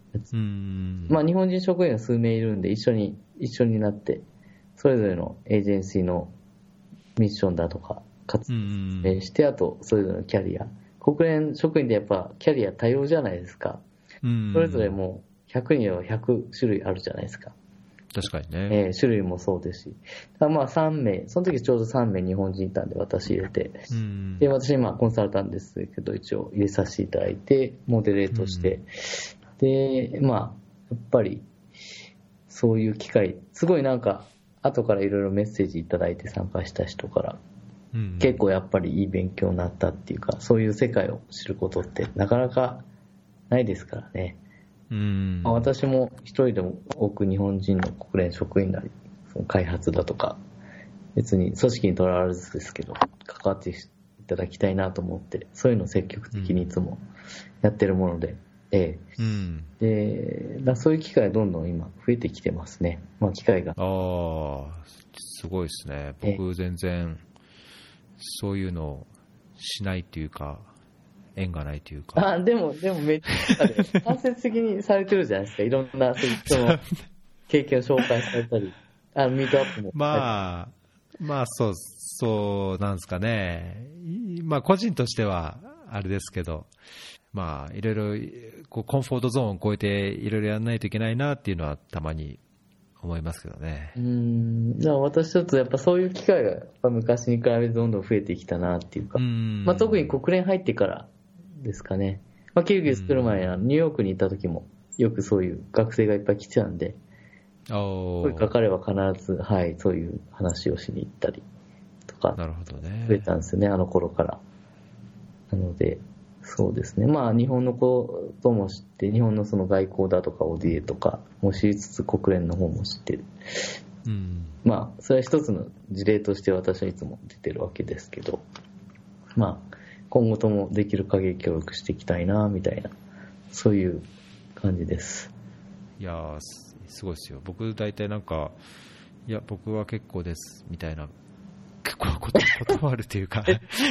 まあ、日本人職員が数名いるんで一緒になってそれぞれのエージェンシーのミッションだとか活動して、あとそれぞれのキャリア、国連職員ってやっぱキャリア多様じゃないですか。それぞれもう100人は100種類あるじゃないですか。 確かにね、 種類もそうですし、まあ3名、その時ちょうど3名日本人いたんで私入れて、で私今コンサルタントですけど一応入れさせていただいてモデレートして、でまあやっぱりそういう機会、すごいなんか後からいろいろメッセージいただいて参加した人から、結構やっぱりいい勉強になったっていうか、そういう世界を知ることってなかなかないですからね。私も一人でも多く日本人の国連職員なり、その開発だとか、別に組織にとらわれずですけど、関わっていただきたいなと思って、そういうのを積極的にいつもやってるもので、でそういう機会がどんどん今増えてきてますね。まあ機会が。 すごいですね。僕全然そういうのしないというか。縁がないというか。 でもめっちゃ間接的にされてるじゃないですか。いろんなそういう人の経験を紹介されたり、ミートアップも。まあそうなんですかね。まあ個人としてはあれですけど、まあいろいろこうコンフォートゾーンを超えていろいろやらないといけないなっていうのはたまに思いますけどね。 じゃあ私ちょっとやっぱそういう機会がやっぱ昔に比べてどんどん増えてきたなっていうか、まあ特に国連入ってからですかね。まあ、キルギス来る前にニューヨークに行った時もよくそういう学生がいっぱい来てたんで、声かかれば必ず、そういう話をしに行ったりとか増えたんですよね、あの頃から。なのでそうですね、まあ日本のことも知って、日本のその外交だとか ODA とかも知りつつ国連の方も知ってる、まあそれは一つの事例として私はいつも出てるわけですけど、まあ今後ともできる限り協力していきたいなみたいな、そういう感じです。 いやすごいですよ。僕大体なんか、いや僕は結構ですみたいな結構断るというか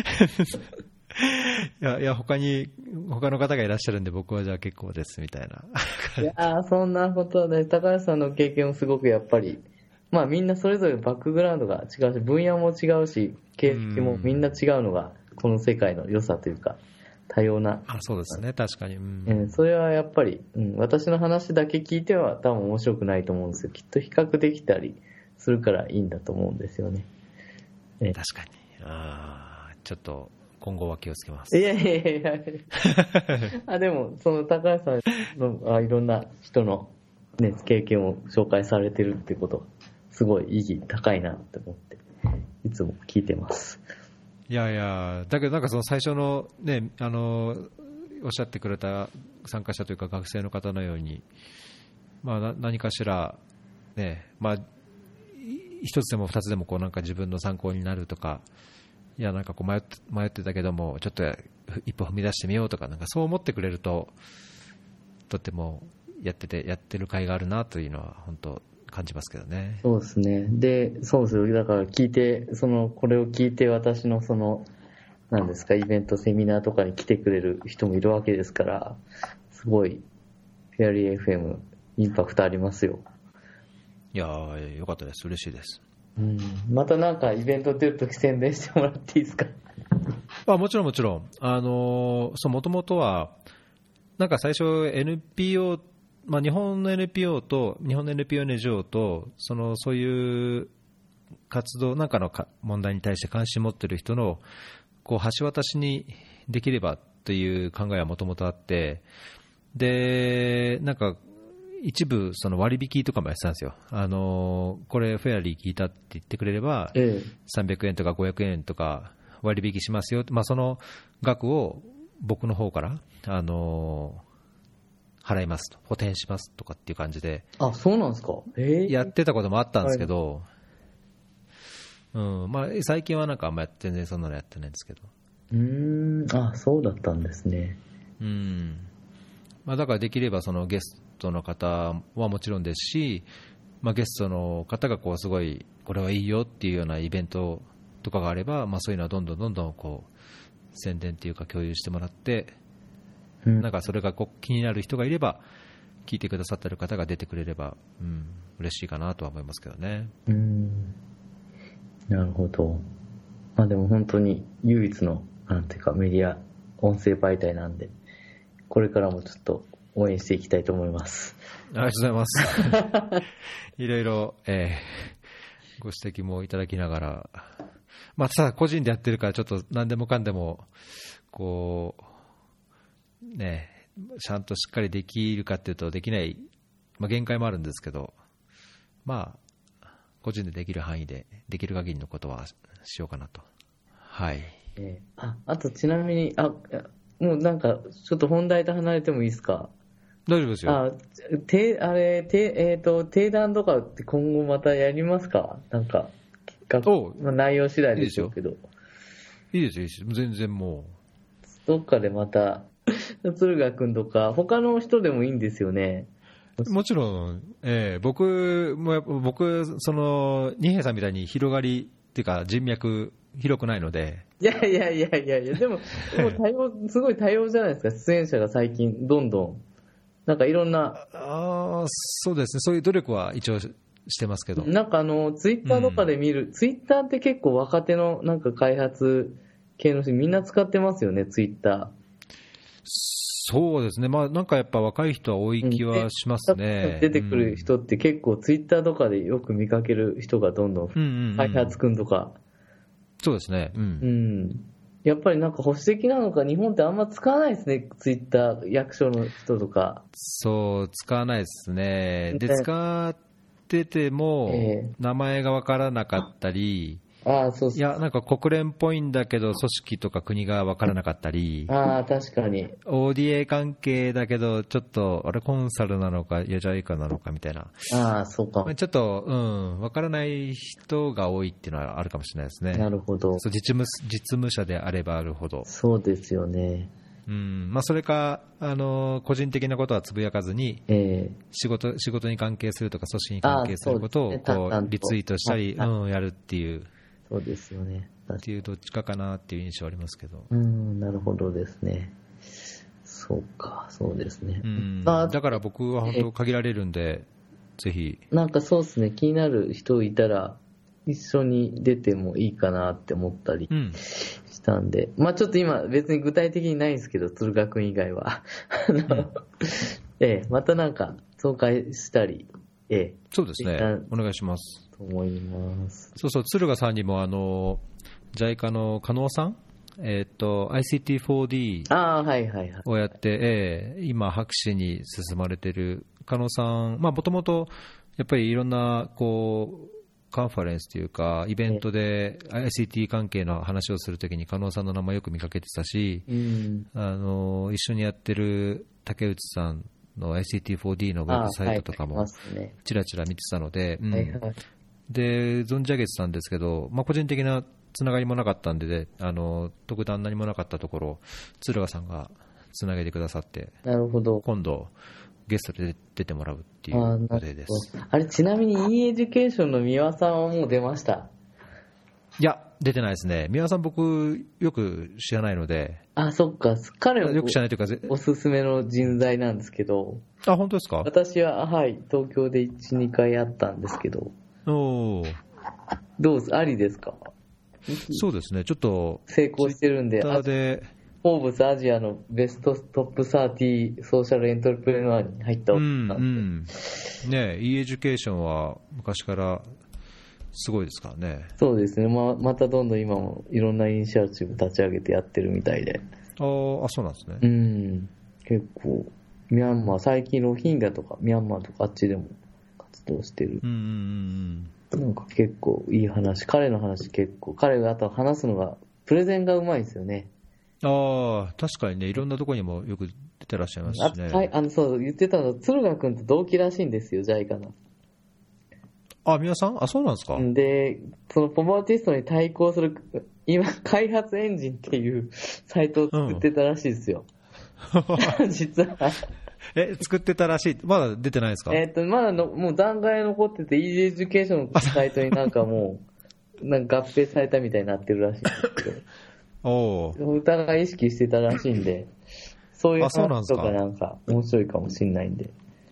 いや他の方がいらっしゃるんで僕はじゃあ結構ですみたいな。 いやそんなことはね、高橋さんの経験もすごくやっぱり、まあみんなそれぞれバックグラウンドが違うし、分野も違うし、形式もみんな違うのがこの世界の良さというか、多様な。 そうですね、確かに。 それはやっぱり、私の話だけ聞いては多分面白くないと思うんですよ。きっと比較できたりするからいいんだと思うんですよね。 確かに。ちょっと今後は気をつけます。 いやでもその高橋さんのいろんな人の、ね、経験を紹介されてるってことはすごい意義高いなって思っていつも聞いてます。 いやだけどなんかその最初のね、おっしゃってくれた参加者というか学生の方のように、まあ何かしらね、まあ一つでも二つでもこうなんか自分の参考になるとか、いやなんかこう迷ってたけどもちょっと一歩踏み出してみようとか、なんかそう思ってくれるととってもやってる甲斐があるなというのは本当感じますけどね。 そうですね。で、そうですよ。だから聞いて、これを聞いて私の何ですか、イベント、セミナーとかに来てくれる人もいるわけですから、すごい、フェアリー FM、インパクトありますよ。 いやー、よかったです。嬉しいです。 またなんかイベント出るとき宣伝してもらっていいですか？ もちろん。もともとは、なんか最初 NPO、まあ、日本の NPO と日本の NPO、NGO とそういう活動なんかの問題に対して関心を持っている人のこう橋渡しにできればという考えはもともとあって、でなんか一部その割引とかもやってたんですよ。これフェアリー聞いたって言ってくれれば、300円とか500円とか割引しますよ、まあ、その額を僕の方から払いますと、補填しますとかっていう感じで、 そうなんですか。 やってたこともあったんですけど、まあ、最近はなんかあんま全然そんなのやってないんですけど。 そうだったんですね。 まあ、だからできればそのゲストの方はもちろんですし、まあ、ゲストの方がこうすごいこれはいいよっていうようなイベントとかがあれば、まあ、そういうのはどんどんこう宣伝っていうか共有してもらって、なんかそれが気になる人がいれば聞いてくださってる方が出てくれれば、嬉しいかなとは思いますけどね。 なるほど。まあでも本当に唯一のなんていうかメディア音声媒体なんで、これからもちょっと応援していきたいと思います。 ありがとうございます。いろいろ、ご指摘もいただきながら、まあ、ただ個人でやってるからちょっと何でもかんでもこうね、ちゃんとしっかりできるかっていうとできない、まあ、限界もあるんですけど、まあ個人でできる範囲でできる限りのことはしようかなと。はい。 あとちなみにもうなんかちょっと本題と離れてもいいですか？ 大丈夫ですよ。 定談とかって今後またやりますか？なんか内容次第でしょうけど。 いいですよ、いいですよ。全然もう。 どっかでまた、敦賀くんとか、他の人でもいいんですよね。 もちろん、僕、その、二平さんみたいに広がりっていうか、人脈広くないので。 いや、でもすごい多様じゃないですか、出演者が最近、どんどん。なんかいろんな。 そうですね、そういう努力は一応してますけど。 なんかツイッターとかで見る、ツイッターって結構若手のなんか開発系の人みんな使ってますよね、ツイッター。 そうですね、まあなんかやっぱ若い人は多い気はしますね。 出てくる人って結構ツイッターとかでよく見かける人がどんどん、開発くんとか。 そうですね。 やっぱりなんか保守的なのか、日本ってあんま使わないですね、ツイッター、役所の人とか。 そう、使わないですね。で、使ってても、名前が分からなかったり、いや、なんか国連っぽいんだけど、組織とか国が分からなかったり、 確かに。 ODA 関係だけど、ちょっと、あれ、コンサルなのか、いや、ジャイカなのかみたいな。 そうか。 ちょっと、分からない人が多いっていうのはあるかもしれないですね。 なるほど。 実務者であればあるほど。 そうですよね。 まあ、それか個人的なことはつぶやかずに、仕事に関係するとか組織に関係することをこうリツイートしたり、やるっていう。 そうですよね。 っていうどっちかかなっていう印象ありますけど。 なるほどですね。そうか、そうですね。 だから僕は本当限られるんで、ぜひ。 なんかそうですね、気になる人いたら一緒に出てもいいかなって思ったりしたんで、まあちょっと今別に具体的にないんですけど、敦賀君以外はまたなんか紹介したり、 そうですね、お願いします。 と思います。 そう、敦賀さんにもJICA の加納さん、ICT4D をやって、今博士に進まれてる加納さん、もともとやっぱりいろんなこうカンファレンスというかイベントで ICT 関係の話をするときに加納さんの名前よく見かけてたし、一緒にやってる竹内さんの ICT4D のウェブサイトとかもちらちら見てたので、で存じ上げてたんですけど、個人的なつながりもなかったんで、特段何もなかったところ、敦賀さんがつなげてくださって、 なるほど、 今度ゲストで出てもらうっていう予定です。 あれ、ちなみに e エデュケーションの三輪さんはもう出ました？ いや、出てないですね。三輪さん僕よく知らないので。 そっか、彼はよく知らないというかおすすめの人材なんですけど。 本当ですか？ 私は東京で 1,2 回会ったんですけど。どうありですか？ そうですね、ちょっと成功してるんで、 フォーブスアジアのベストトップ30ソーシャルエントレプレナーに入ったねえ、e エデュケーションは昔からすごいですからね。 そうですね、またどんどん今もいろんなイニシアチブ立ち上げてやってるみたいで。 そうなんですね。 結構ミャンマー、最近ロヒンギャとかミャンマーとかあっちでも活動してる。なんか結構いい話、彼の話彼があと話すのがプレゼンがうまいですよね。 確かにね、いろんなところにもよく出てらっしゃいますしね。 そう言ってたの、敦賀君と同期らしいんですよ、JICA の。 皆さん？そうなんですか？ で、そのポバティストに対抗する今開発エンジンっていうサイトを作ってたらしいですよ。実は。 作ってたらしい。まだ出てないですか？ まだもう段階残ってて、e エデュケーションのサイトになんかもう、なんか合併されたみたいになってるらしいんですけど。お互い意識してたらしいんで、そういう話とかなんか面白いかもしれないんで。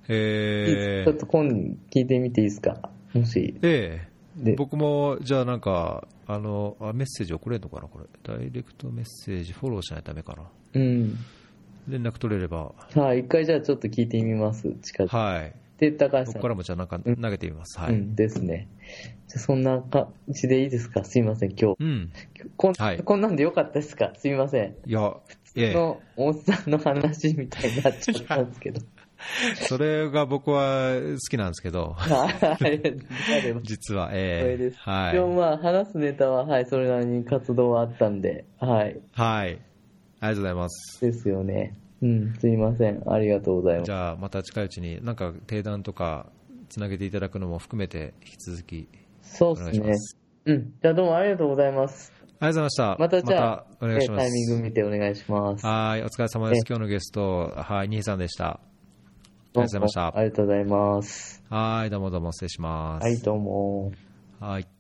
ちょっと今度聞いてみていいですか、もし。 僕もじゃあなんかメッセージ送れるのかな、これダイレクトメッセージフォローしないとダメかな。連絡取れれば。 はい、一回じゃあちょっと聞いてみます、近く。 はい。 で、高橋さん。 僕からもじゃあなんか投げてみます。はい。 ですね。じゃあそんな感じでいいですか、すいません、今日。こんなんでよかったですか、すいません。 いや、 普通のおっさんの話みたいになっちゃったんですけど。 それが僕は好きなんですけど。実は、 はい。でもまあ、話すネタは、はい、それなりに活動はあったんで、はい。 はい。ありがとうございます。 ですよね。すいません。ありがとうございます。 じゃあ、また近いうちに、なんか、定談とか、つなげていただくのも含めて、引き続き、お願いします。 そうですね。じゃあ、どうもありがとうございます。 ありがとうございました。 またじゃあ、 お願いします。 タイミング見てお願いします。 はい、お疲れ様です。今日のゲスト、はい、兄さんでした。ありがとうございました。 ありがとうございます。 はい、どうもどうも失礼します。 はい、どうも。 はい。